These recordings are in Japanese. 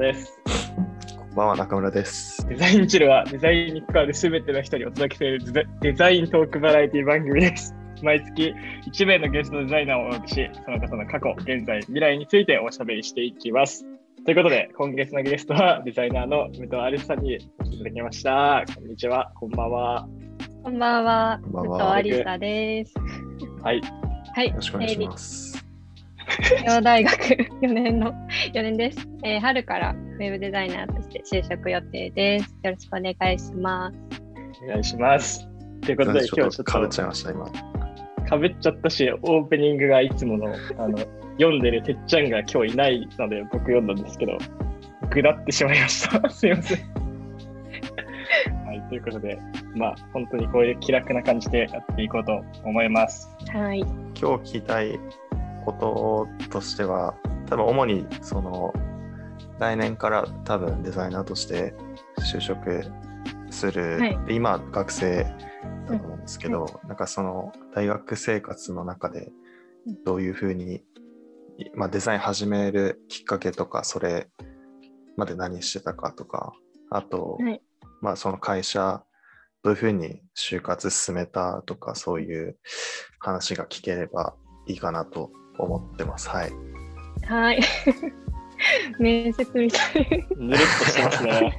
です。 こんばんは、中村です。 デザインチルはデザインに関わるすべての人にお届けするデザイントークバラエティ番組です。毎月1名のゲストデザイナーをお呼びし、その方の過去、現在、未来についておしゃべりしていきます。ということで、今月のゲストはデザイナーの武藤有さんにお越しいただきました。こんにちは、こんばんは。 こんばんは、武藤有さです。 はい。 はい、 よろしくお願いします。 慶応大学4年です。春からウェブデザイナーとして就職予定です。よろしくお願いします。 お願いします。ということで、今日ちょっとかぶっちゃいました、今。 かぶっちゃったし、オープニングがいつもの、読んでるてっちゃんが今日いないので、僕読んだんですけど、ぐだってしまいました。すいません。はい、ということで、本当にこういう気楽な感じでやっていこうと思います。 はい。 今日聞きたいこととしては、多分主に来年から多分デザイナーとして就職する、 はい、 で今学生だと思うんですけど、なんかその大学生活の中でどういうふうに、デザイン始めるきっかけとか、それまで何してたかとか、あと、その会社どういうふうに就活進めたとか、そういう話が聞ければいいかなと思ってます。はい。 はい。面接みたい。 ぬるっとしてますね。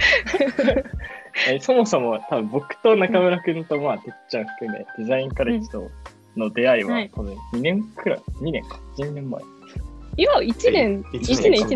そもそも多分僕と中村君とてっちゃん含めデザインカレッジとの出会いは多分2年くらい、2年か、1年前。 今1年。1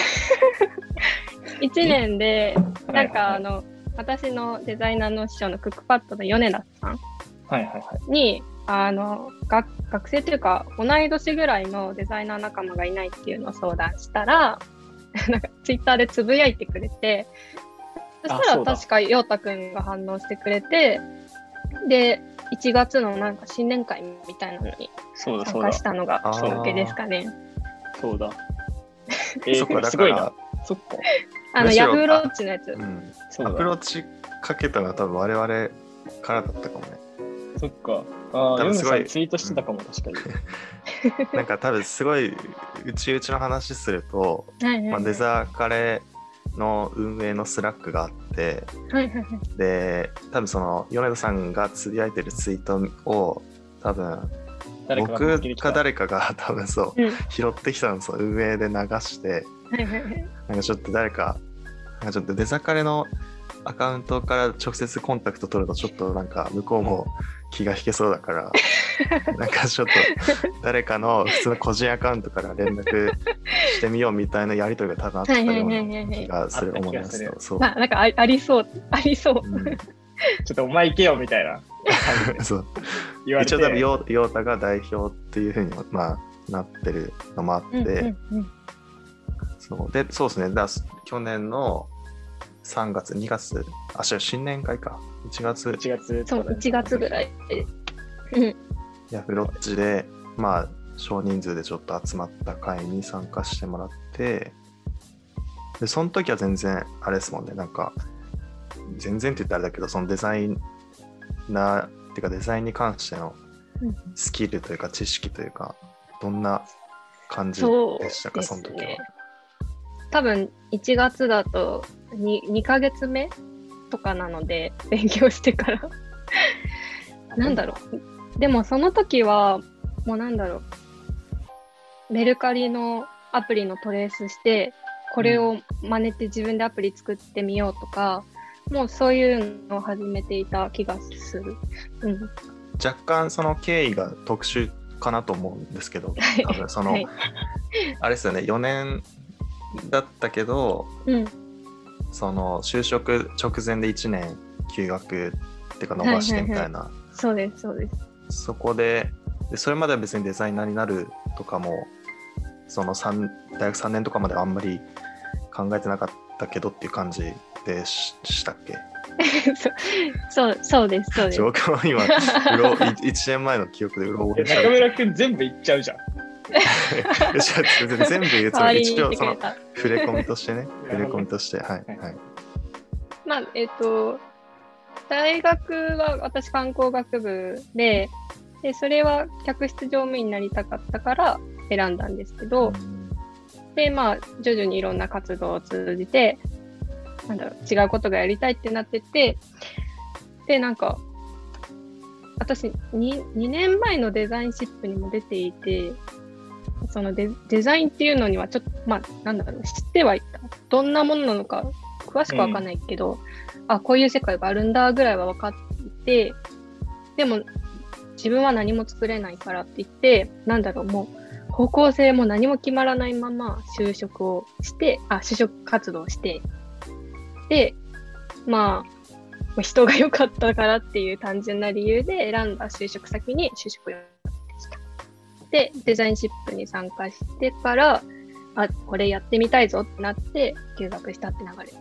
年で、なんか私のデザイナーの師匠のクックパッドの米田さんに、学生というか同い年ぐらいのデザイナー仲間がいないっていうのを相談したらなんかツイッターでつぶやいてくれて、そしたら確か陽太くんが反応してくれて、で1月のなんか新年会みたいなのに参加したのがきっかけですかね。 そうだ。 そっか、だからすごいな。そっか。 ヤフーロッチのやつ。 アプローチかけたのは多分我々からだったかもね。 そっか。多分すごいツイートしてたかも、確かに。 なんか多分すごい内々の話すると、デザカレの運営のスラックがあって、で多分その米田さんがつぶやいてるツイートを多分僕か誰かが多分拾ってきたんですよ。運営で流して、なんかちょっと誰かちょっとデザカレのアカウントから直接コンタクト取るとちょっとなんか向こうも気が引けそうだからなんかちょっと誰かの普通の個人アカウントから連絡してみようみたいなやり取りが多分あったような気がする思いますよ。そう。 なんかありそう。ちょっとお前行けよみたいなそう言われて、一応多分陽太が代表っていうふうになってるのもあって、そうですね。去年の3月、2月、新年会か。1 月ぐらい。 ヤフロッチで、少人数でちょっと集まった会に参加してもらって、で、その時は全然、あれですもんね、なんか、全然って言ったらあれだけど、そのデザイナーっていうか、デザインに関してのスキルというか、知識というか、どんな感じでしたか、その時は。 多分1月だと 2ヶ月目とかなので勉強してからなんだろう。でもその時はもうメルカリのアプリのトレースしてこれを真似て自分でアプリ作ってみようとか、もうそういうのを始めていた気がする。 若干その経緯が特殊かなと思うんですけど、多分あれですよね、4年だったけど、その就職直前で1年休学っていうか伸ばしてみたいな、 そうです。 そこでそれまでは別にデザイナーになるとかもその大学3年とかまではあんまり考えてなかったけどっていう感じでしたっけ？ そうです。 僕も今1年前の記憶でうろ覚えしちゃう。 中村くん全部言っちゃうじゃん。 全部言うつもり、一応その触れ込みとしてね、はい。 大学は私観光学部でそれは客室乗務員になりたかったから選んだんですけど、 で、まあ、徐々にいろんな活動を通じて、違うことがやりたいってなってて、で、なんか、私2年前のデザインシップにも出ていて、そのデザインっていうのにはちょっと、まあ、知ってはいた。どんなものなのか、詳しくわかんないけど、こういう世界があるんだぐらいは分かっていて、でも、自分は何も作れないからって言って、もう、方向性も何も決まらないまま就職活動をして、で、まあ、人が良かったからっていう単純な理由で選んだ就職先に就職をでした。で、デザインシップに参加してから、これやってみたいぞってなって休学したって流れです。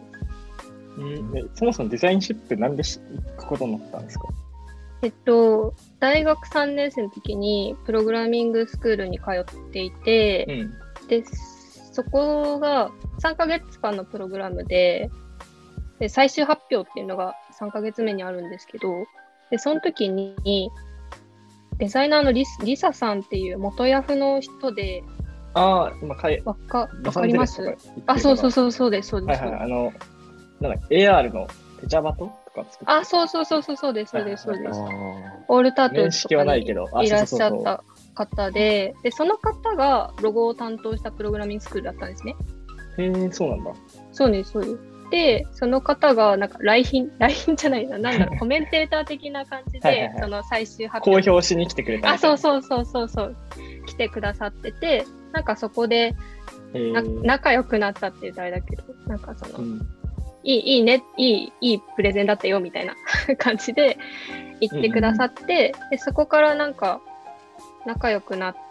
そもそもデザインシップなんで行くことになったんですか？ 大学3年生の時にプログラミングスクールに通っていて、で、そこが3ヶ月間のプログラムで、最終発表っていうのが3ヶ月目にあるんですけど、で、その時にデザイナーのリサさんっていう元ヤフの人で、 今わかります？そうです。 はいはい、AR のペチャバトとか作って。 そうです。オールタートルとかにいらっしゃった方で、その方がロゴを担当したプログラミングスクールだったんですね。 へえ、そうなんだ。 そうです。で、その方が来賓じゃないな、コメンテーター的な感じで、その最終発表公表しに来てくれた。 そう。来てくださってて、そこで仲良くなったって言うとあれだけど、いいね、いいプレゼンだったよみたいな感じで言ってくださって、でそこから仲良くなって、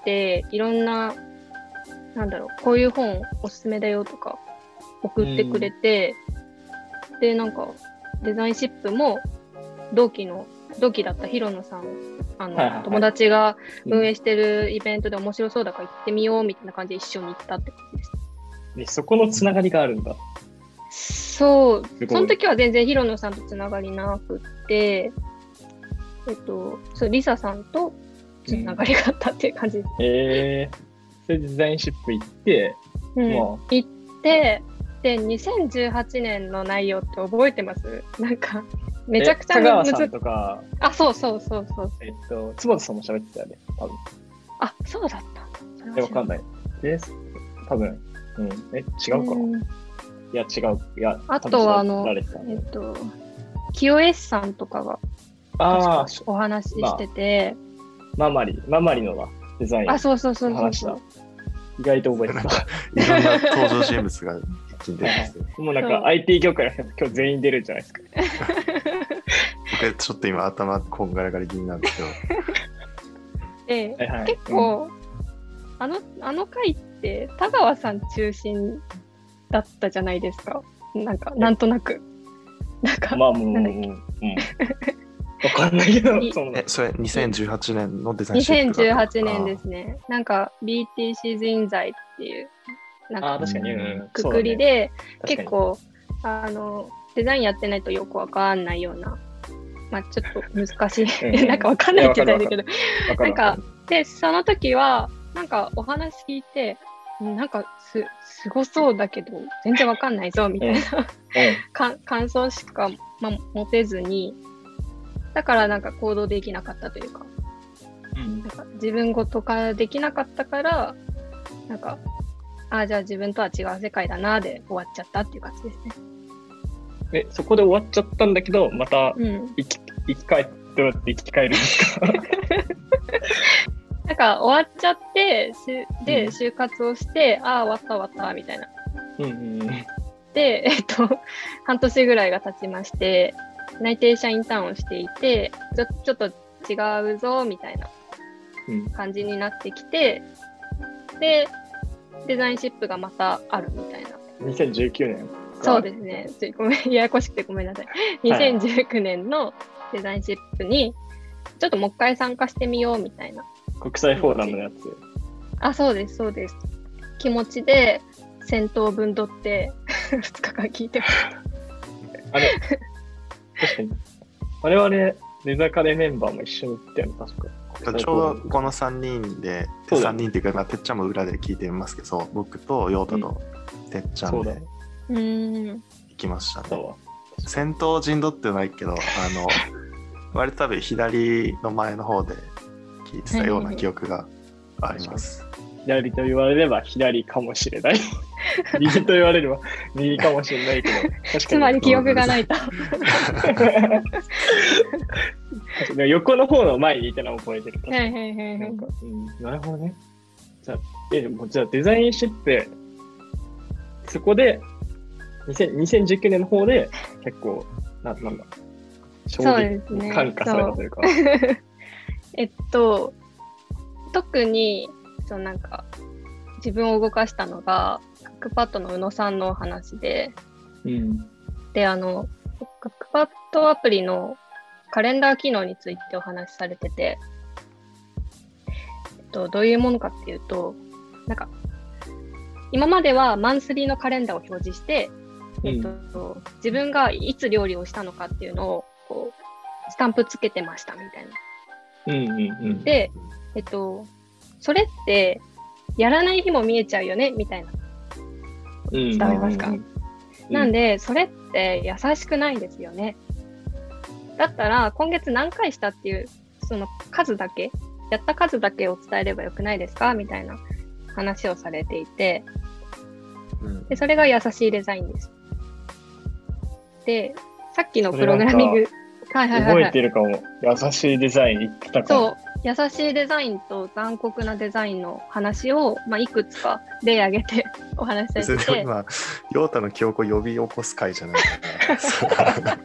いろんな、こういう本おすすめだよとか送ってくれて、で、デザインシップも同期だったヒロノさん、友達が運営してるイベントで面白そうだから行ってみようみたいな感じで一緒に行ったって感じです。 で、そこのつながりがあるんだ。 そう、その時は全然ヒロノさんとつながりなくって、リサさんとつながりがあったっていう感じです。 それでデザインシップ行って、 行って、で、2018年の内容って覚えてます？めちゃくちゃ香川さんとか。 そう。 坪田さんも喋ってたよね、多分。 そうだったんだ。わかんない。多分。違うか。いや、違う。 あとは、清江さんとかが、お話ししてて。 ママリのデザイン。 そう。 話した。意外と覚えてた。 いろんな登場人物が一気に出てきて。 もうIT 業界の人今日全員出るんじゃないですか。 僕ちょっと今頭こんがらがり気味なんですけど。結構、あの回って田川さん中心だったじゃないですか。なんとなく。 わかんないけど。 それ2018年のデザインシップ 2018年ですね。BTC 人材っていう確かにくくりで、結構デザインやってないとよくわかんないような、ちょっと難しいわかんないって言ったんだけど、でその時はお話聞いてすごそうだけど全然わかんないぞみたいな感想しか持てずに。だから行動できなかったというか、自分ごと化できなかったから、じゃあ自分とは違う世界だなで終わっちゃったっていう感じですね。そこで終わっちゃったんだけど、また生き返って生き返るんですか？ 終わっちゃって、で、就活をして、終わったみたいな。で、半年ぐらいが経ちまして、内定者インターンをしていて、ちょっと違うぞみたいな感じになってきて、で、デザインシップがまたあるみたいな。 2019年？ そうですね。ややこしくてごめんなさい。2019年のデザインシップに、ちょっともう一回参加してみようみたいな。 国際フォーラムのやつ。 そうです。気持ちで1000等分取って2日間聞いてました。 確かに。我々、デザカレメンバーも一緒に行ったよね、確か。 ちょうどこの3人で、3人っていうか、てっちゃんも裏で聞いてみますけど、僕とヨータとてっちゃんで行きましたね。戦闘陣取ってないけど、割と多分左の前の方で聞いてたような記憶があります。 左と言われれば左かもしれない。右と言われれば右かもしれないけど、確かにつまり記憶がないと。 横の方の前にいたのを覚えてる。なんか、なるほどね。じゃあ、でもじゃあデザインシップ、そこで2019年の方で結構なんだ衝撃に感化されたというか。 特になんか自分を動かしたのがクックパッドの宇野さんの話で、でクックパッドアプリのカレンダー機能についてお話しされてて、どういうものかっていうと、なんか今まではマンスリーのカレンダーを表示して、自分がいつ料理をしたのかっていうのをこうスタンプつけてましたみたいな。で、それってやらない日も見えちゃうよねみたいな。伝わりますか？なんでそれって優しくないですよね。だったら今月何回したっていうその数だけ、やった数だけを伝えればよくないですかみたいな話をされていて、でそれが優しいデザインです。で、さっきのプログラミング、 覚えてるかも。優しいデザイン言ってたかも。 そう、優しいデザインと残酷なデザインの話を、いくつか例挙げてお話しされてて。 今、ヨータの記憶を呼び起こす回じゃないかな。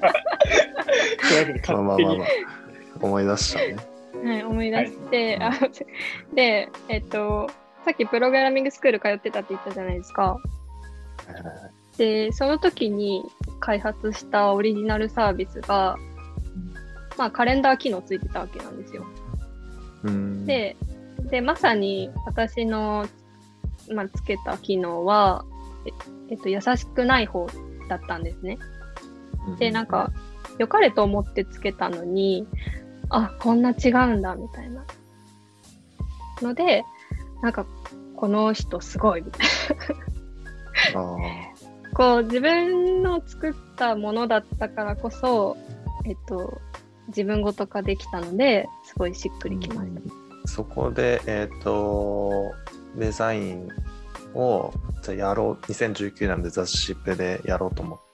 思い出したね。 はい、思い出して、で、さっきプログラミングスクール通ってたって言ったじゃないですか。で、その時に開発したオリジナルサービスが、カレンダー機能ついてたわけなんですよ。で、まさに私の、つけた機能は、優しくない方だったんですね。で、なんか、良かれと思ってつけたのに、こんな違うんだ、みたいな。ので、なんか、この人すごい、みたいな。こう、自分の作ったものだったからこそ、自分ごと化できたので、すごいしっくりきました。 そこで、デザインをじゃあやろう、2019年で雑誌シップでやろうと思って、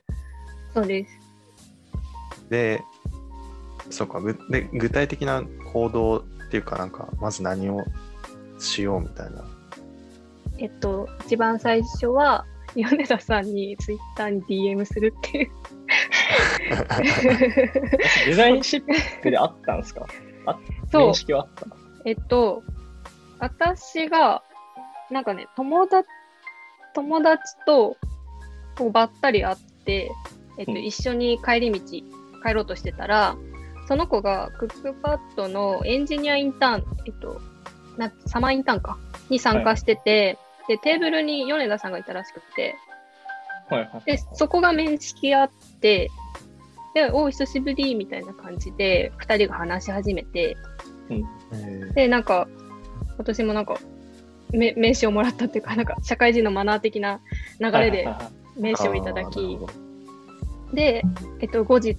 そうです。 で、そうか、で具体的な行動っていうか、なんか、まず何をしようみたいな。 一番最初は、米田さんにツイッターに DM するっていう。 デザインシップであったんですか？ そう。 認識はあった？ 私が、なんかね、友達とばったり会って、一緒に帰ろうとしてたら、その子がクックパッドのエンジニアインターン、サマーインターンかに参加してて、で、テーブルに米田さんがいたらしくて、で、そこが面識あって、で、久しぶりみたいな感じで、二人が話し始めて、で、なんか、私もなんか、名刺をもらったっていうか、なんか、社会人のマナー的な流れで名刺をいただき、で、後日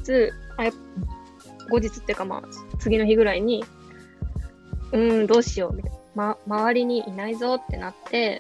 っていうか、次の日ぐらいに、どうしよう、みたいな。周りにいないぞってなって、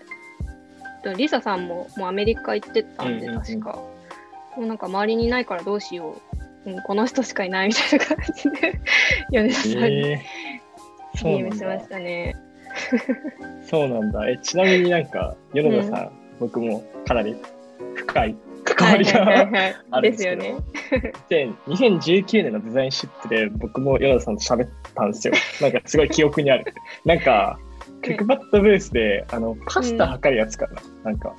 リサさんももうアメリカ行ってたんで、確か。もうなんか周りにいないからどうしよう。この人しかいないみたいな感じで、米田さんに DM しましたね。 そうなんだ。ちなみになんか、米田さん、僕もかなり深い関わりがあるんですけど、で、2019年のデザインシップで僕も米田さんと喋ったんですよ。なんかすごい記憶にある。なんか、クックパッドベースでパスタ測るやつかな、なんか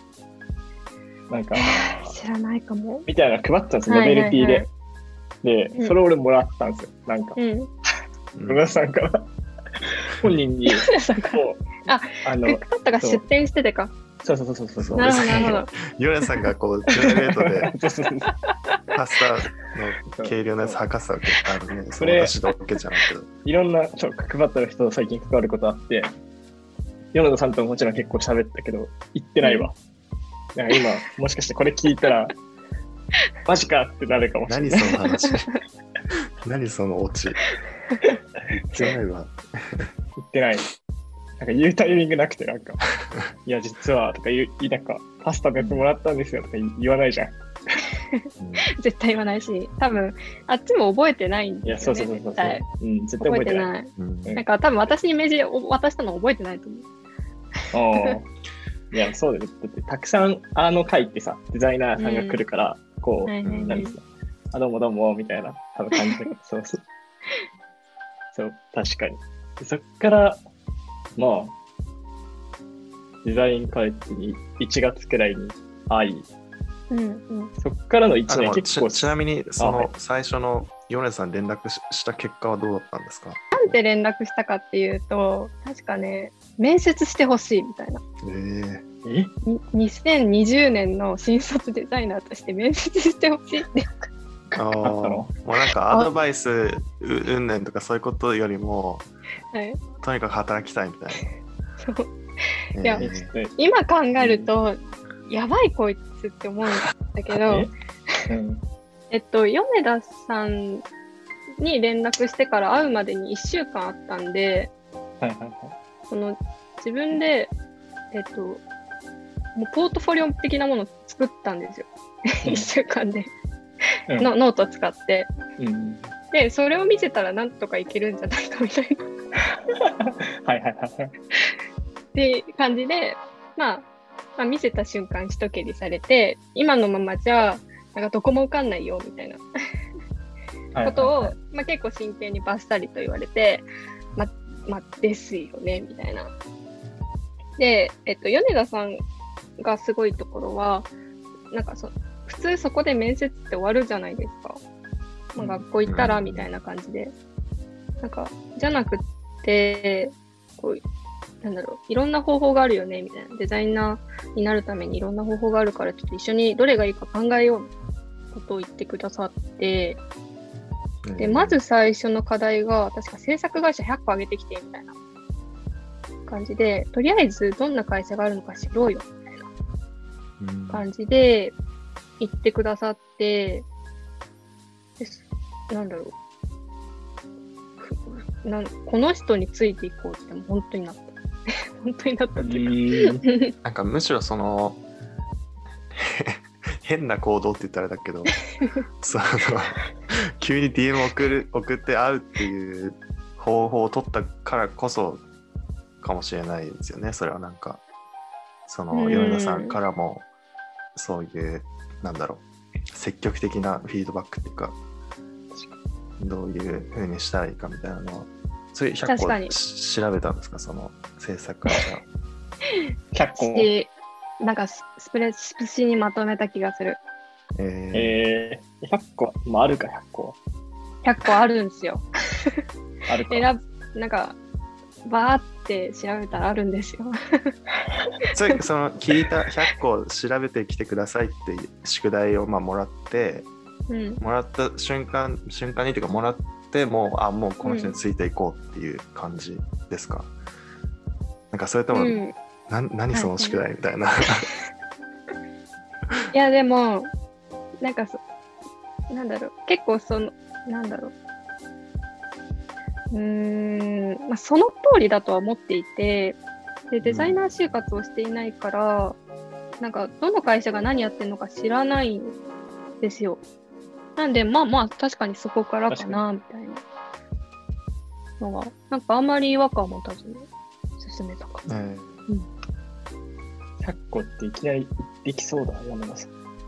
知らないかもみたいなの配ったんですよ、ノベルティで。で、それを俺もらったんですよ。なんか、米田さんから本人に、 クックパッドが出店しててか。 そう。 なるほど、なるほど。 ヨネさんがこう、プライベートでパスタの計量のやつ測ってたわけあるね。それ私だけじゃなくて。 いろんなクックパッドの人と最近関わることあって、米田さんとももちろん結構喋ったけど、言ってないわ。なんか今、もしかしてこれ聞いたら、マジかってなるかもしれない。 何その話何そのオチ言ってないわ。 言ってない。なんか言うタイミングなくて、なんか、いや、実はとかなんか、パスタのやつもらったんですよとか言わないじゃん。 絶対言わないし、多分あっちも覚えてないんですよね。 いや、そう。絶対覚えてない。 なんか多分私にイメージを渡したの覚えてないと思う。 いや、そうだよ。だってたくさん回ってさ、デザイナーさんが来るから、こう、なんですか、どうもみたいな多分感じだけど、そう、確かに。そっから、まあ、デザイン開発に1月くらいに会い、そっからの1年結構ちなみにその最初の米田さん連絡した結果はどうだったんですか？ なんで連絡したかっていうと、確かね、面接してほしいみたいな。2020年の新卒デザイナーとして面接してほしいってもうなんかアドバイスうんねんとかそういうことよりも、とにかく働きたいみたいな。 そういや、今考えるとやばいこいつって思うんだけど、米田さんに連絡してから会うまでに1週間あったんで、その自分でもうポートフォリオ的なものを作ったんですよ。1週間でノートを使って、でそれを見せたらなんとかいけるんじゃないかみたいなって感じで、まあ、見せた瞬間一蹴りされて、今のままじゃなんかどこも受かんないよみたいなことを、結構真剣にバッサリと言われて、まあですよねみたいな。で、米田さんがすごいところは、なんか普通そこで面接って終わるじゃないですか。学校行ったらみたいな感じで、なんかじゃなくて、こうなんだろう、いろんな方法があるよねみたいな、デザイナーになるためにいろんな方法があるから、ちょっと一緒にどれがいいか考えようみたいなことを言ってくださって、でまず最初の課題が確か制作会社100個上げてきてみたいな感じで、とりあえずどんな会社があるのか知ろうよみたいな感じで言ってくださって、なんだろう、この人についていこうって本当になった本当になったっていうかなんかむしろその変な行動って言ったらだけど急に DM 送って会うっていう方法を取ったからこそかもしれないですよね。それはなんかその米田さんからもそういうなんだろう、積極的なフィードバックっていうか、どういう風にしたらいいかみたいなのは、そういう100個調べたんですか、その制作会社 100個なんかスプレッシにまとめた気がする。 100個もあるか。 100個あるんですよあるか。 なんかバーって調べたらあるんですよその聞いた100個調べてきてくださいって宿題をもらって、もらった瞬間にというか、もらってもうこの人についていこうっていう感じですか？なんかそれとも、何その宿題みたいな。 いやでもなんかなんだろう、結構なんだろう、その通りだとは思っていて、でデザイナー就活をしていないから、なんかどの会社が何やってるのか知らないんですよ。なんで確かにそこからかなみたいなのが、なんかあんまり違和感を持たずに進めたかな。 100個っていきなりできそうだ、山田さん。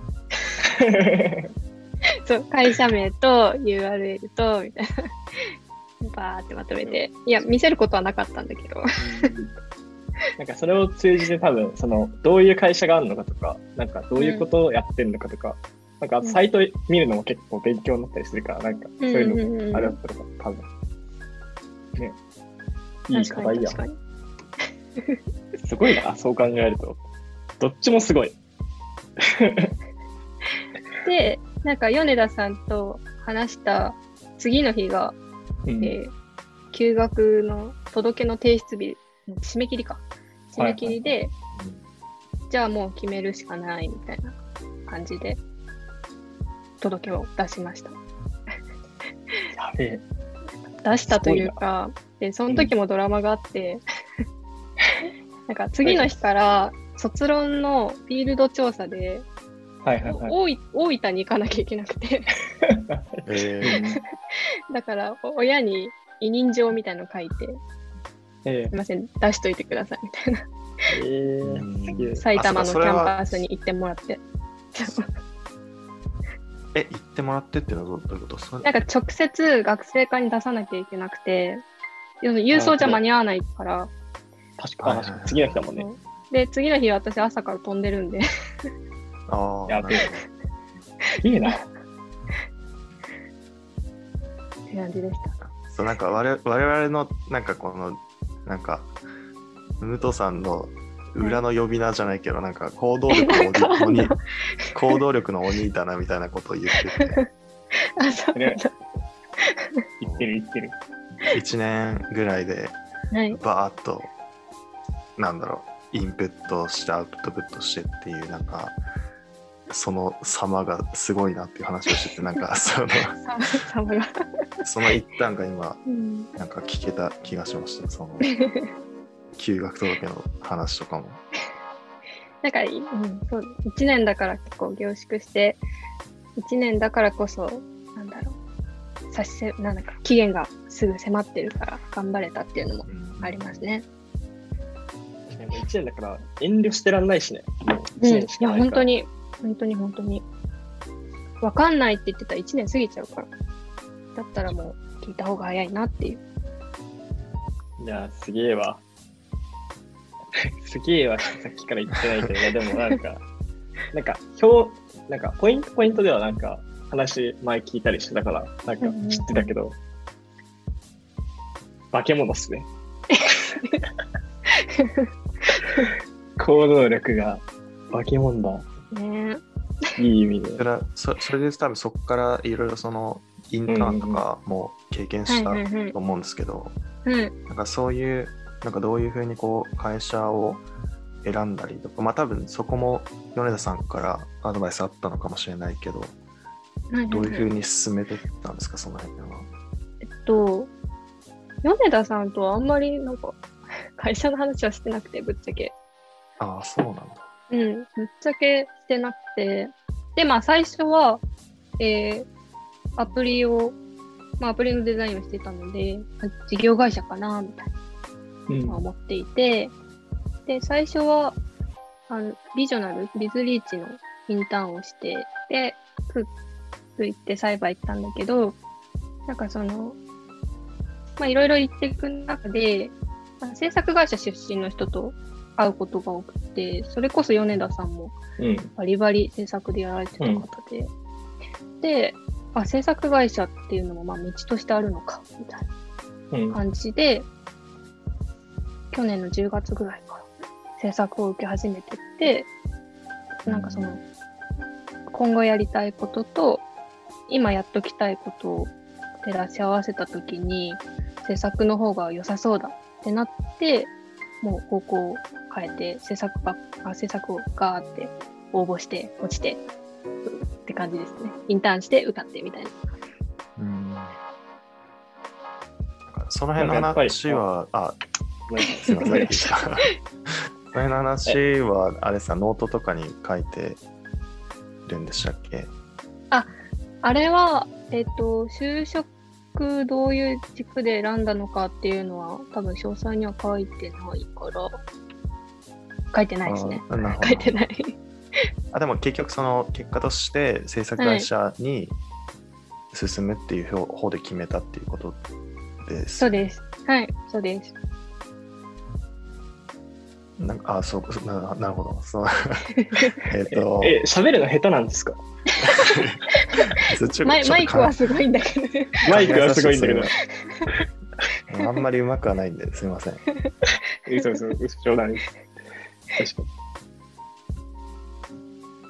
そう、会社名と URL とみたいなバーってまとめて、いや見せることはなかったんだけどなんかそれを通じて多分どういう会社があるのかとか、なんかどういうことをやってるのかとか、なんかサイト見るのも結構勉強になったりするから、なんかそういうのもあるだったら多分ね、いい課題や。すごいな、そう考えると。 どっちもすごい。 で、なんか米田さんと話した次の日が、休学の届けの提出日、締め切りか。締め切りで、じゃあもう決めるしかないみたいな感じで、届けを出しました。やべえ。 出したというか、で、その時もドラマがあって、なんか次の日から卒論のフィールド調査で、大分に行かなきゃいけなくてだから親に委任状みたいなの書いて、すいません出しといてくださいみたいな、埼玉のキャンパスに行ってもらって行ってもらってっていうのはどういうことですか？ なんか直接学生課に出さなきゃいけなくて、郵送じゃ間に合わないから。 確かに次の日だもんね。 で次の日は私朝から飛んでるんでやべえ。いいな。って感じでした。 そう、なんか我々のなんかこのなんか武藤さんの裏の呼び名じゃないけど、なんか行動力の鬼だなみたいなことを言っててあ、そうなんだ。 言ってる 1年ぐらいでバーッと、なんだろう、インプットしてアウトプットしてっていう、なんかその様がすごいなっていう話をしてて、なんかその一端が今、なんか聞けた気がしました。その休学届の話とかも。 なんか、そう1年だから結構凝縮して、1年だからこそ、なんだろう、なんだか期限がすぐ迫ってるから頑張れたっていうのもありますね。 1年だから遠慮してらんないしね。 いや、本当に。わかんないって言ってたら1年過ぎちゃうから。だったらもう聞いた方が早いなっていう。 いや、すげえわ。すげえわ、さっきから言ってないけど、でもなんかポイントではなんか話前聞いたりしてたから、なんか知ってたけど、化け物っすね。行動力が化け物だ。 ね、 いい意味で。 それで多分そこからいろいろそのインターンとかも経験したと思うんですけど、なんかそういうなんかどういうふうにこう会社を選んだりとか、まあ多分そこも米田さんからアドバイスあったのかもしれないけど、どういうふうに進めていったんですか、その辺は。 米田さんとはあんまりなんか会社の話はしてなくて、ぶっちゃけ。 ああ、そうなんだ。 ぶっちゃけしてなくて、で、まあ最初は、アプリのデザインをしてたので、事業会社かな、みたいな、思っていて、で、最初は、ビジョナル、ビズリーチのインターンをして、で、行ってサイバー行ったんだけど、なんかその、いろいろ言っていく中で、制作会社出身の人と会うことが多くて、それこそ米田さんもバリバリ制作でやられてた方で、で、制作会社っていうのも道としてあるのかみたいな感じで、去年の10月ぐらいから制作を受け始めてって、なんかその今後やりたいことと今やっときたいことを照らし合わせたときに制作の方が良さそうだってなって、もう方向を変えて制作をガーって応募して落ちてって感じですね。インターンして受かってみたいな。 その辺の話は、すいません。その辺の話はあれさ、ノートとかに書いてるんでしたっけ？ あれは就職どういう軸で選んだのかっていうのは多分詳細には書いてないから書いてないですね。書いてない。 でも結局その結果として制作会社に進むっていう方で決めたっていうことです。 そうです。はい、そうです。 なるほど。 喋るの下手なんですか？ マイクはすごいんだけど。 マイクはすごいんだけど。 あんまりうまくはないんですいません。 そう、冗談です。確かに。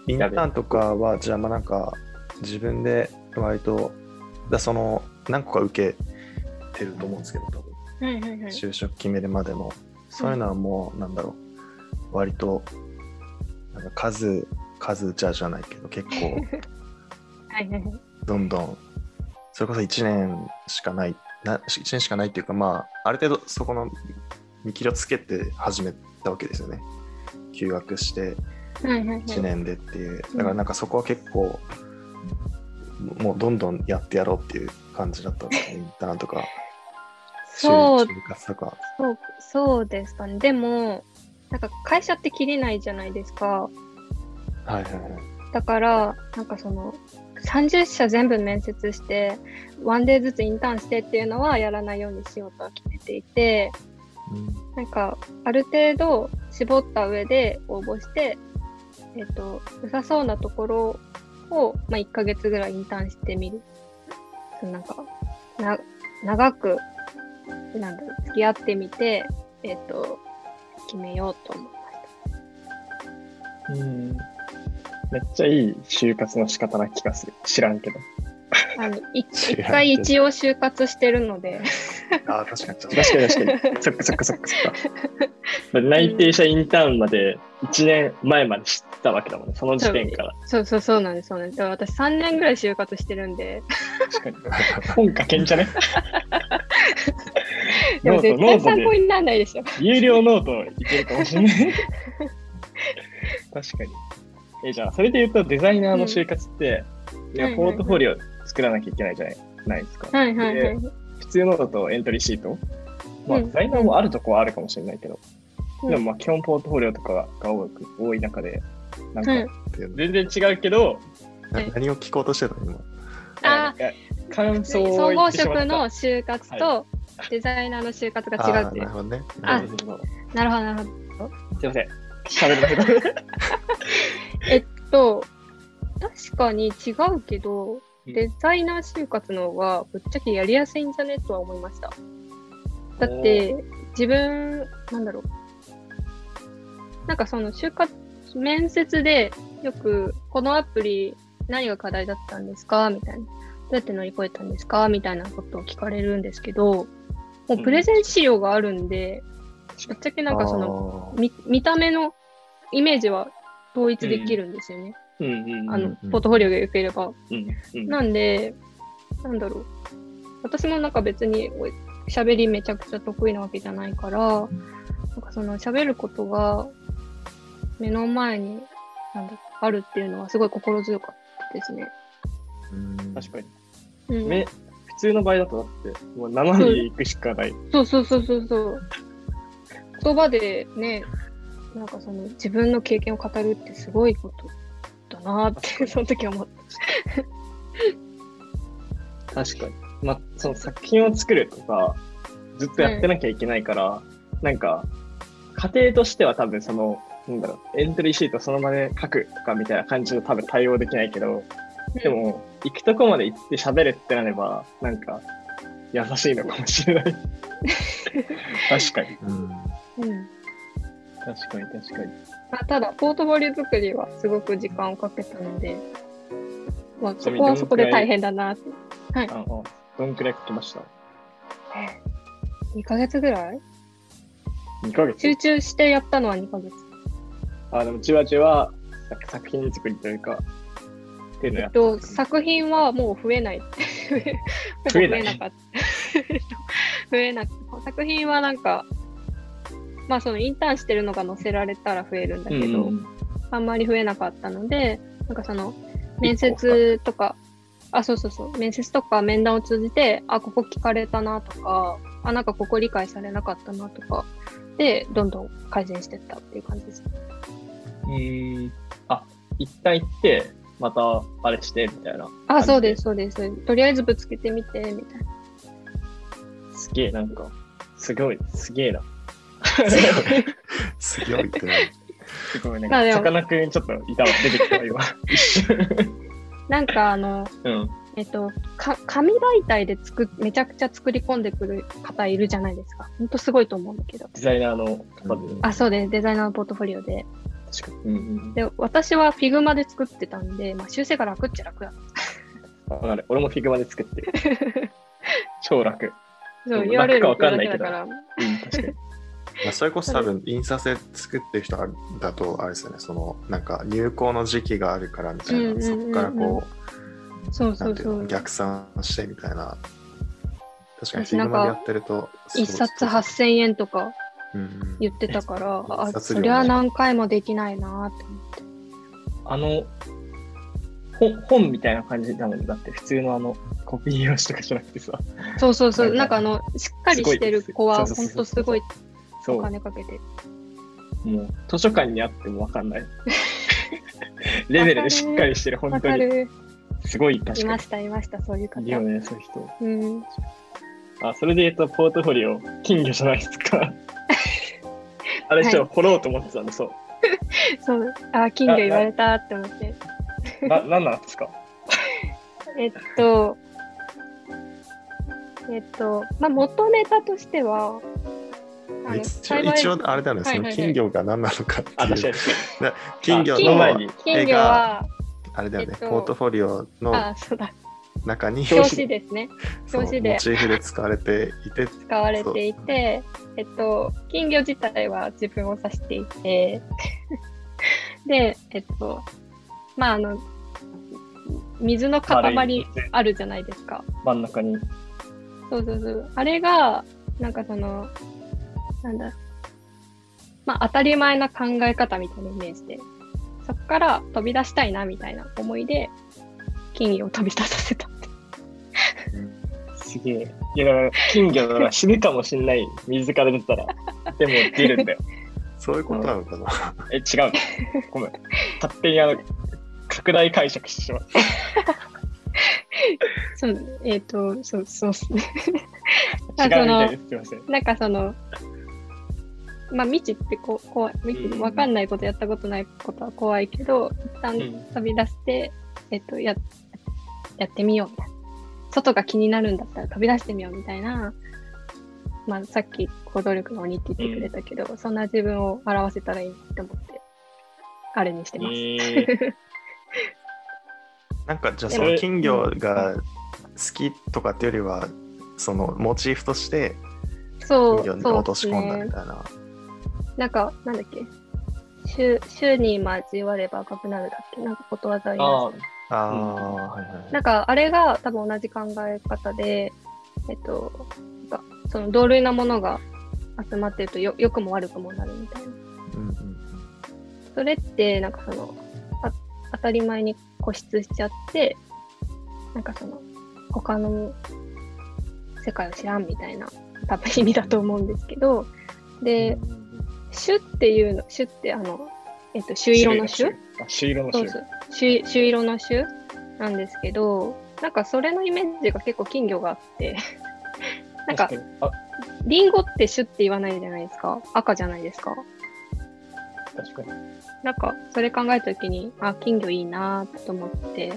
インターンとかは、じゃあまあなんか自分で割とその何個か受けてると思うんですけど、多分、就職決めるまでのそういうのはもうなんだろう、割となんか数じゃないけど結構どんどんそれこそ1年しかないっていうか、まあある程度そこの見切りをつけて始めたわけですよね。休学して1年でっていう、だからなんかそこは結構もうどんどんやってやろうっていう感じだったんですね。インターンとか就活とか。 そうですかね。でもなんか会社って切れないじゃないですか。だからなんかその30社全部面接してワンデーずつインターンしてっていうのはやらないようにしようとは決めていて、なんかある程度絞った上で応募して、良さそうなところを、まあ、1ヶ月ぐらいインターンしてみる。なんか長く付き合ってみて、決めようと思いました。めっちゃいい就活の仕方な気がする。知らんけど。 一回一応就活してるので。 ああ、確かに。 そっか。内定者インターンまで1年前まで知ったわけだもんね、その時点から。 そうなんです。私3年ぐらい就活してるんで。 確かに。本書けんじゃねでも絶対参考にならないでしょ。 有料ノートいけるかもしれない。確かに。じゃあそれで言うとデザイナーの就活って、ポートフォリオ作らなきゃいけないじゃないですか。普通のだとエントリーシート、まあデザイナーもあるとこはあるかもしれないけど、でもまあ基本ポートフォリオとかが多い中で、なんか全然違うけど、 何を聞こうとしてたの今？ 感想を総合職の就活とデザイナーの就活が違うっていう。 なるほどね。 なるほど。 すいません。喋るだけど。 確かに違うけど、デザイナー就活の方がぶっちゃけやりやすいんじゃねとは思いました。だって自分なんかその就活面接でよくこのアプリ何が課題だったんですかみたいな、どうやって乗り越えたんですかみたいなことを聞かれるんですけど、もうプレゼン資料があるんで、ぶっちゃけなんかその見た目のイメージは統一できるんですよね。ポートフォリオが良ければ。なんで、私もなんか別に喋りめちゃくちゃ得意なわけじゃないから、なんかその喋ることが目の前にあるっていうのはすごい心強かったですね。 確かに。普通の場合だとだってもう生で行くしかない。 そう。言葉でね、なんかその自分の経験を語るってすごいことだなってその時思った。 確かに。まあその作品を作るとかずっとやってなきゃいけないから、なんか過程としては多分そのエントリーシートその場で書くとかみたいな感じで多分対応できないけど、でも行くとこまで行って喋るってなればなんか優しいのかもしれない。確かに。確かに。 まあ、ただポートフォリオ作りはすごく時間をかけたので、まあ、そこはそこで大変だなって。 どんくらい書きました？ 2 ヶ月ぐらい ？2ヶ月？ 集中してやったのは2ヶ月。 でもじわじわ作品作りというかっていうのやった。 作品はもう増えない。増えなかった。増えなくて、作品はなんかまあそのインターンしてるのが載せられたら増えるんだけど、あんまり増えなかったので、なんかその面接とか、面接とか面談を通じて、ここ聞かれたなとか、なんかここ理解されなかったなとかで、どんどん改善していったっていう感じです。 一旦行って、またあれしてみたいな。 そうです。とりあえずぶつけてみてみたいな。 すげえ、なんか、すげえな。 すごいって。 すごいね。さかなクンちょっといたわ、出てきたわ、今。 なんか紙媒体でめちゃくちゃ作り込んでくる方いるじゃないですか。ほんとすごいと思うんだけど。 デザイナーの方で。 そうです。デザイナーのポートフォリオで。 確かに。 で、私は Figma で作ってたんで、まあ、修正が楽っちゃ楽だった。 わかる。俺も Figma で作ってる。超楽。 そう、楽かわかんないけど。確かに。それこそ多分印刷で作ってる人だとあれですよね、そのなんか入稿の時期があるからみたいな、そこからこう、そう逆算してみたいな。確かに Figma でやってると 1冊8000円とか言ってたから、そりゃ何回もできないなって思って。本みたいな感じだもんだって、普通のコピー用紙とかじゃなくてさ。 そうなんかしっかりしてる子はほんとすごいお金かけて。 もう図書館にあっても分かんない。レベルでしっかりしてる、本当に。すごい、確かに。 いました、そういう方。 いいよね、そういう人。それで言うと、ポートフォリオ、金魚じゃないですか。あれ、掘ろうと思ってたの、そう。 そう、金魚言われたって思って。 何なんですか？ まあ、元ネタとしては、 一応あれだよね、その金魚が何なのかっていう。 金魚の絵があれだよね、ポートフォリオの中に表紙ですね。表紙でモチーフで使われていて、 金魚自体は自分を指していて、で、まあ水の塊あるじゃないですか。 真ん中に。 そう。あれがなんかなんだろう。まあ当たり前な考え方みたいなイメージで、そこから飛び出したいなみたいな思いで金魚を飛び出させた。 すげえ。いやだから金魚が死ぬかもしれない水から出たら、でも出るんだよ。 そういうことなのかな。 違う。ごめん。勝手に拡大解釈してしまった。 そうっすね。 違うみたいです。すいません。 なんかまあ未知って怖い。わかんないことやったことないことは怖いけど、一旦飛び出して、やってみようみたいな。外が気になるんだったら飛び出してみようみたいな。まあさっき行動力の鬼って言ってくれたけど、そんな自分を表せたらいいなって思って、あれにしてます。 なんかじゃあその金魚が好きとかっていうよりは、そのモチーフとして金魚に落とし込んだみたいな。 なんかなんだっけ、週に交われば赤くなるだっけ、なんかことわざ言いました。なんかあれが多分同じ考え方で、なんかその同類なものが集まってると良くも悪くもなるみたいな。それってなんか当たり前に固執しちゃって、なんか他の世界を知らんみたいな多分意味だと思うんですけど、で、種って朱色の種？ 朱色の種。 朱色の種なんですけど、なんかそれのイメージが結構金魚があって、なんかリンゴって種って言わないじゃないですか。赤じゃないですか。 確かに。 なんかそれ考えたときに、金魚いいなと思って、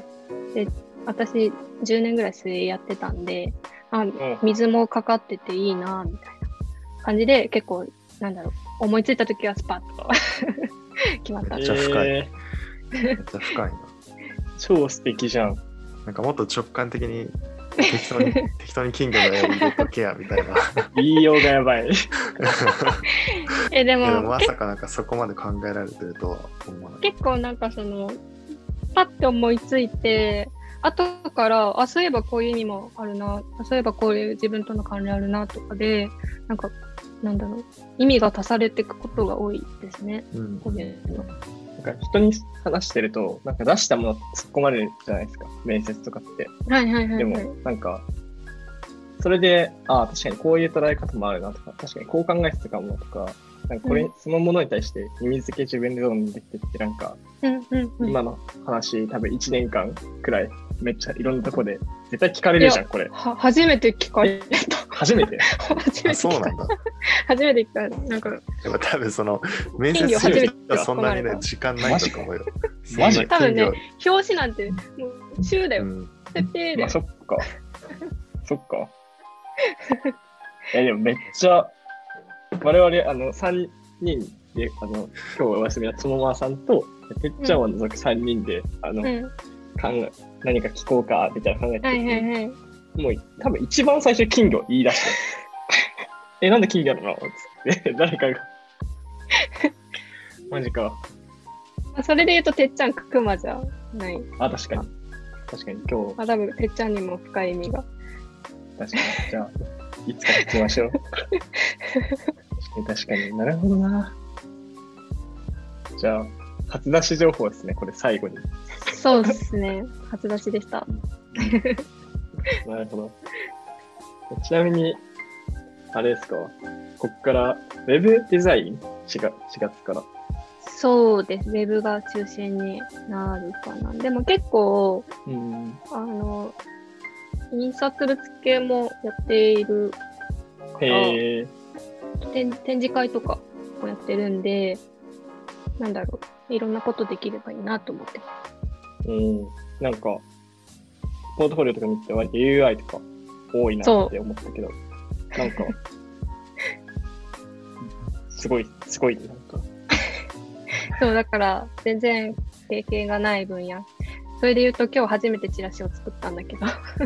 で、私10年ぐらい水泳やってたんで、水もかかってていいなみたいな感じで、結構なんだろう、思いついたときはスパッと決まった。 めっちゃ深い。めっちゃ深いな。 超素敵じゃん。 なんかもっと直感的に適当に金魚の絵を入れとけやみたいな。 言いようがやばい。 でもまさかなんかそこまで考えられてるとは思わない。 結構なんかパッて思いついて、後からそういえばこういう意味もあるな、そういえばこういう自分との関連あるなとかで、なんだろう、意味が足されていくことが多いですね。こういうの。 なんか人に話してると、なんか出したもの突っ込まれるじゃないですか、面接とかって。でもなんかそれで確かにこういう捉え方もあるなとか、確かにこう考えてたかもとか、なんかこれ、そのものに対して意味付け自分でどんどんできてって、なんか、今の話多分1年間くらいめっちゃいろんなとこで絶対聞かれるじゃん、これ。 初めて聞かれた。 初めてそうなんだ。 初めて聞かれた。なんかでも多分面接する人はそんなにね、時間ないんだと思うよ。 マジ？ 多分ね、表紙なんてもう週だよ。設定で。 そっか。でもめっちゃ我々3人て、今日お休みのつもまさんと、てっちゃんを除く3人で、何か聞こうか、みたいな考えてて、もう多分一番最初金魚言い出して、なんで金魚なのつって、誰かが。マジか。 それで言うと、てっちゃんクマじゃない。 あ、確かに。確かに今日。 多分てっちゃんにも深い意味が。 確かに。じゃあ、いつか聞きましょう。確かに。なるほどな。じゃあ、初出し情報ですね、これ最後に。 そうですね。初出しでした。 なるほど。ちなみに、あれですか、こっからウェブデザイン 4月から。 そうです。ウェブが中心になるかな。でも結構、印刷物系もやっているから、展示会とかもやってるんで、なんだろう、いろんなことできればいいなと思ってます。 なんか、ポートフォリオとか見ては UI とか多いなって思ったけど、なんか、すごい、なんか。 そう、だから全然経験がない分野。それで言うと今日初めてチラシを作ったんだけど。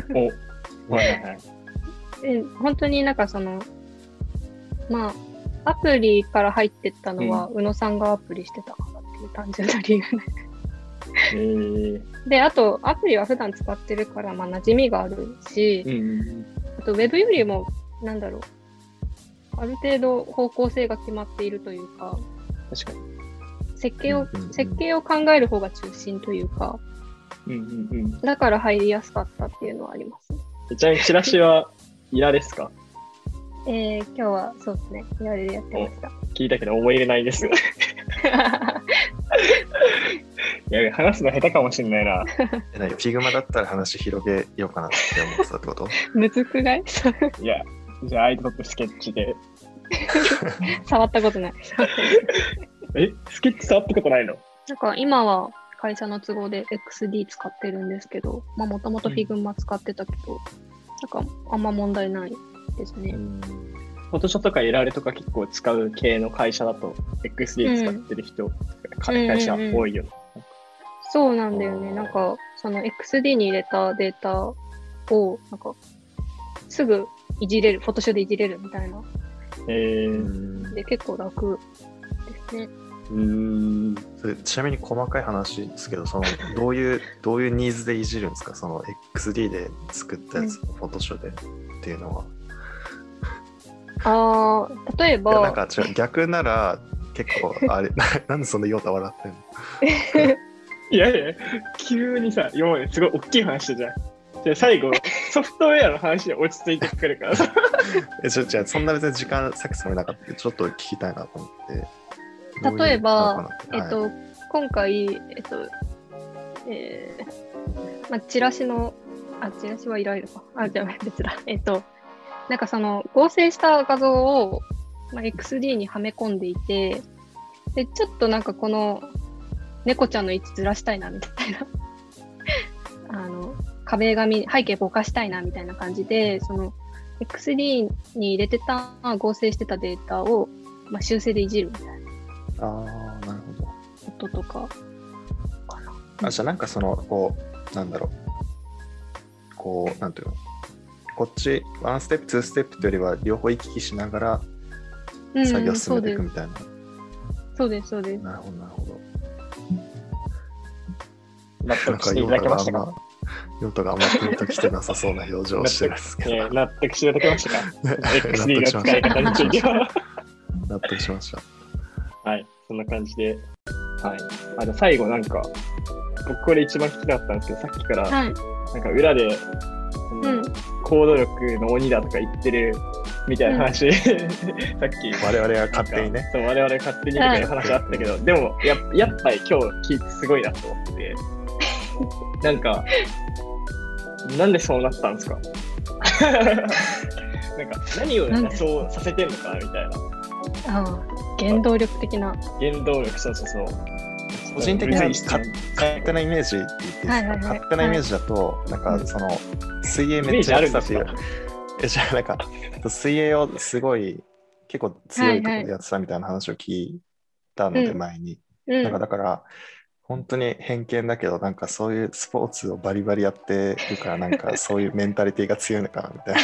本当になんかアプリから入ってったのは、宇野さんがアプリしてたからっていう単純な理由で、あとアプリは普段使ってるから、馴染みがあるし、あとウェブよりも、なんだろう、ある程度方向性が決まっているというか、 確かに。 設計を考える方が中心というか、だから入りやすかったっていうのはあります。 ちなみにチラシはイラですか？ 今日はそうですね、イラでやってました。 聞いたけど思い入れないです。いや、話すの下手かもしれないな。 フィグマだったら話広げようかなって思ってたってこと？ むずくない？ いや、じゃあアイドルスケッチで。 触ったことない。 スケッチ触ったことないの？ なんか今は会社の都合で XD 使ってるんですけど、もともと Figma 使ってたけど、なんかあんま問題ないですね。 フォトショーとかエラレとか結構使う系の会社だと XD 使ってる人、会社多いよね。 そうなんだよね。なんかその XD に入れたデータをなんかすぐいじれる、フォトショーでいじれるみたいな。で結構楽ですね。 それちなみに細かい話ですけど、どういうニーズでいじるんですか？その XD で作ったやつをフォトショーでっていうのは。例えばなんか逆なら結構あれなんでそんなヨタ笑ってんの？ いや急にさ、今まですごい大きい話じゃん。で最後ソフトウェアの話で落ち着いてくるからさ。 じゃあそんな別に時間割くつもりなかったけど、ちょっと聞きたいなと思って。 例えば、今回、チラシはいろいろか。じゃあ別だ。なんか合成した画像を、XD にはめ込んでいて、で、ちょっとなんかこの猫ちゃんの位置ずらしたいな、みたいな。壁紙、背景ぼかしたいな、みたいな感じで、XD に入れてた、合成してたデータを、修正でいじるみたいな。 なるほど。 音とかかな。じゃあなんかなんだろう。なんていうの？こっち、1ステップ、2ステップというよりは、両方行き来しながら作業を進めていくみたいな。 そうです。 なるほど。 納得していただけましたか？ ヨタがあんまりピンときてなさそうな表情をしてるんですけど。 納得していただけましたか？ XD の使い方については。 納得しました。 はい、そんな感じで。はい。最後なんか、僕これ一番聞きたかったんですけど、さっきから、なんか裏で、行動力の鬼だとか言ってるみたいな話、さっき我々が勝手にね。 そう、我々が勝手にみたいな話あったけど、でもやっぱり今日聞いてすごいなと思って、なんか、なんでそうなったんですか？なんか何をそうさせてんのかみたいな。 原動力的な。 原動力、そう。 個人的に勝手なイメージって言っていいですか？勝手なイメージだと、なんか水泳めっちゃやってたっていう。じゃあなんか水泳をすごい結構強いところでやってたみたいな話を聞いたので前に、なんかだから本当に偏見だけど、なんかそういうスポーツをバリバリやってるから、なんかそういうメンタリティが強いのかなみたい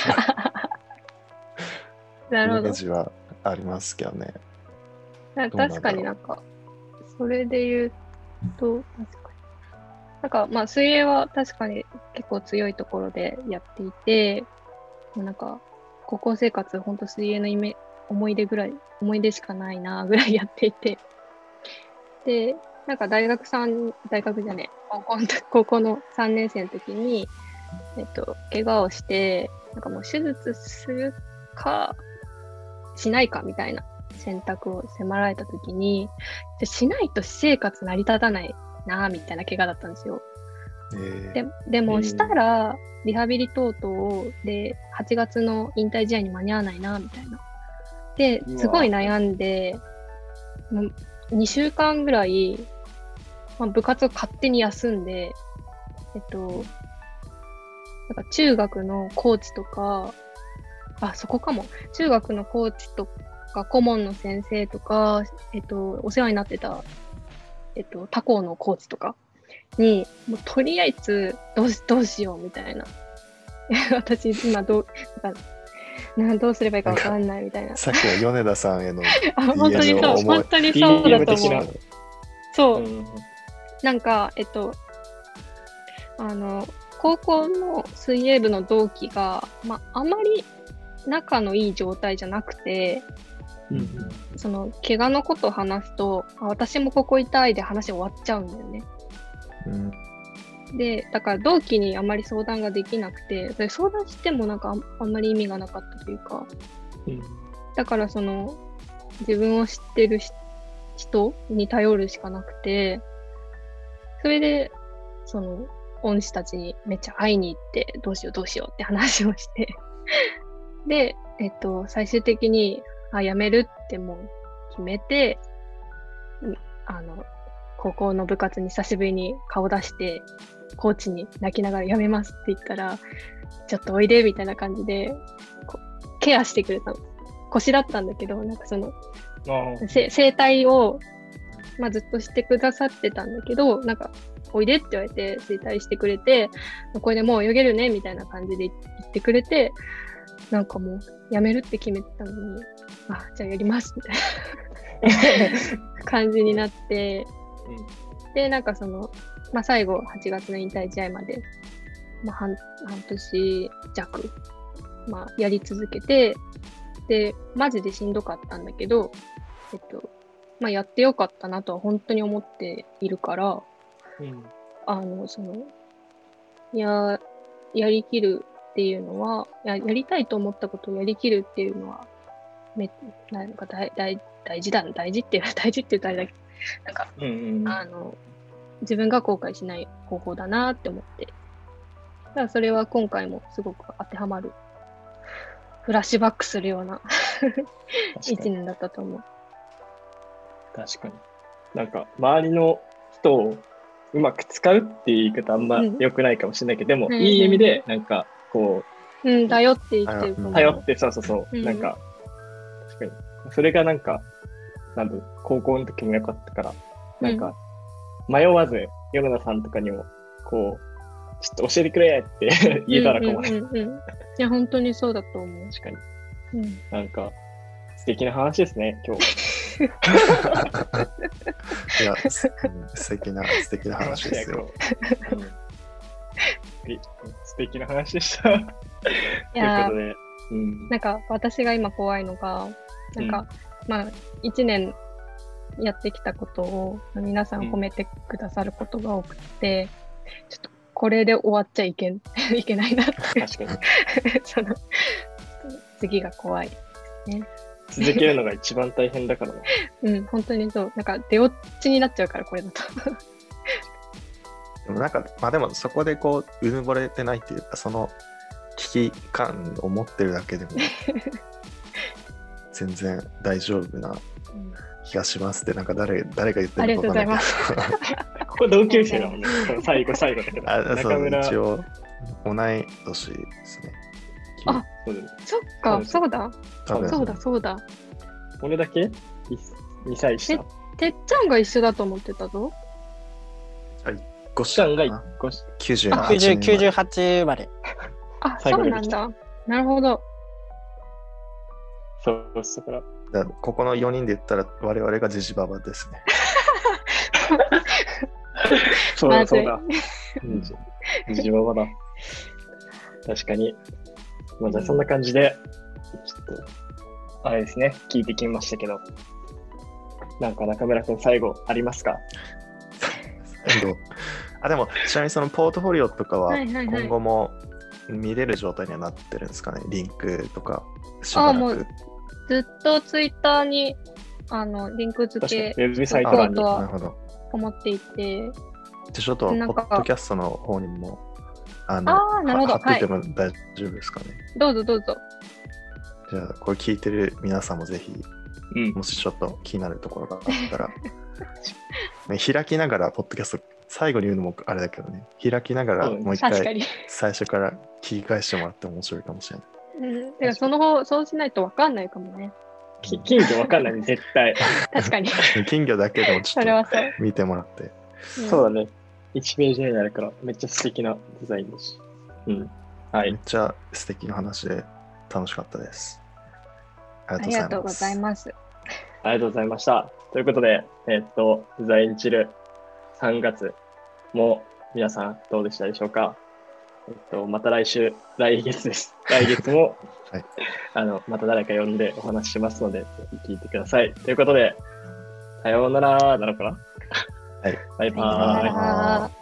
なイメージはありますけどね。 確かになんかそれで言うと、なんかまあ水泳は確かに結構強いところでやっていて、なんか高校生活ほんと水泳の思い出しかないなぐらいやっていて、でなんか大学じゃねえ、高校の3年生の時に怪我をして、なんかもう手術するかしないかみたいな選択を迫られた時に、しないと私生活成り立たないなみたいな怪我だったんですよ。でもしたらリハビリ等々で8月の引退試合に間に合わないなみたいな。ですごい悩んで、もう2週間ぐらい、部活を勝手に休んで、なんか中学のコーチとか、そこかも。中学のコーチとか、顧問の先生とか、お世話になってた、他校のコーチとかに、もうとりあえずどうしようみたいな。私、今どうすればいいか分かんないみたいな。 さっきの米田さんへの本当にそう、本当にそうだと思う。そう。なんか、高校の水泳部の同期が、あまり仲のいい状態じゃなくて、その怪我のことを話すと、私もここ痛いで話終わっちゃうんだよね。で、だから同期にあまり相談ができなくて、それ相談してもなんかあんまり意味がなかったというか、だからその自分を知ってる人に頼るしかなくて、それでその恩師たちにめっちゃ会いに行って、どうしようって話をしてで、最終的に辞めるってもう決めて、高校の部活に久しぶりに顔出して、コーチに泣きながら辞めますって言ったら、ちょっとおいでみたいな感じでケアしてくれたの。腰だったんだけど、なんかその整体を、ずっとしてくださってたんだけど、なんかおいでって言われて整体してくれて、これでもう泳げるねみたいな感じで言ってくれて、なんかもう辞めるって決めてたのに、じゃあやりますみたいな感じになって、でなんかその最後8月の引退試合まで、半年弱、やり続けて、でマジでしんどかったんだけど、やってよかったなとは本当に思っているから、そのやりきるっていうのは、やりたいと思ったことをやりきるっていうのはなんか大事って言うとあれだけど、なんか、自分が後悔しない方法だなって思って、だからそれは今回もすごく当てはまる、フラッシュバックするような1年だったと思う。 確かに。なんか周りの人をうまく使うっていう言い方あんま良くないかもしれないけど、でもいい意味でなんかこう、頼って生きてると思う。 頼って、そう、、なんか確かにそれがなんか高校の時も良かったから、なんか迷わず米田さんとかにもこうちょっと教えてくれって言えたらかもね。 いや本当にそうだと思う。 確かに。なんか素敵な話ですね今日。 いや素敵な話ですよ。 素敵な話でした。ということで、 なんか私が今怖いのが、なんか、1年やってきたことを皆さん褒めてくださることが多くて、ちょっとこれで終わっちゃいけないなって。 確かに。 その次が怖いですね。 続けるのが一番大変だからな。本当にそう。なんか出落ちになっちゃうから、これだと。 でもなんか、でもそこでこう、うぬぼれてないっていうか、その危機感を持ってるだけでも、全然大丈夫な気がしますって、なんか誰が言ってるのかわかんないけど。 ここ同級生だもんね。最後だけど。 そう、一応、同い年ですね。 そっか、そうだ。 俺だけ2歳下。 てっちゃんが一緒だと思ってたぞ。 てっちゃんが 98生まれ。 あ、そうなんだ。なるほど。 そうだからここの4人で言ったら我々がジジババですね。 そうだ。ジジババだ。確かに。じゃあそんな感じで、ちょっと、あれですね、聞いてきましたけど、なんか中村君、最後ありますか？ でも、ちなみにそのポートフォリオとかは今後も見れる状態にはなってるんですかね、リンクとかしばらく。 もうずっとツイッターにリンク付けウェブサイトとは思っていて、 ちょっとポッドキャストの方にもなるほど、 貼ってても大丈夫ですかね。 どうぞ。 じゃあこれ聞いてる皆さんもぜひ、もしちょっと気になるところがあったら、開きながらポッドキャスト最後に言うのもあれだけどね、開きながらもう一回最初から聞き返してもらって面白いかもしれない。 そうしないと分かんないかもね。 金魚分かんないね、絶対。 確かに。 金魚だけでもちょっと見てもらって。 そうだね。1ページ目になるからめっちゃ素敵なデザインだし。はい。 めっちゃ素敵な話で楽しかったです。 ありがとうございます。 ありがとうございました。ということで、デザインチル3月も皆さんどうでしたでしょうか？また来月です。来月も、はい、また誰か呼んでお話ししますので、ぜひ聞いてください。ということで、さようならなのかな？ はい。 バイバーイ。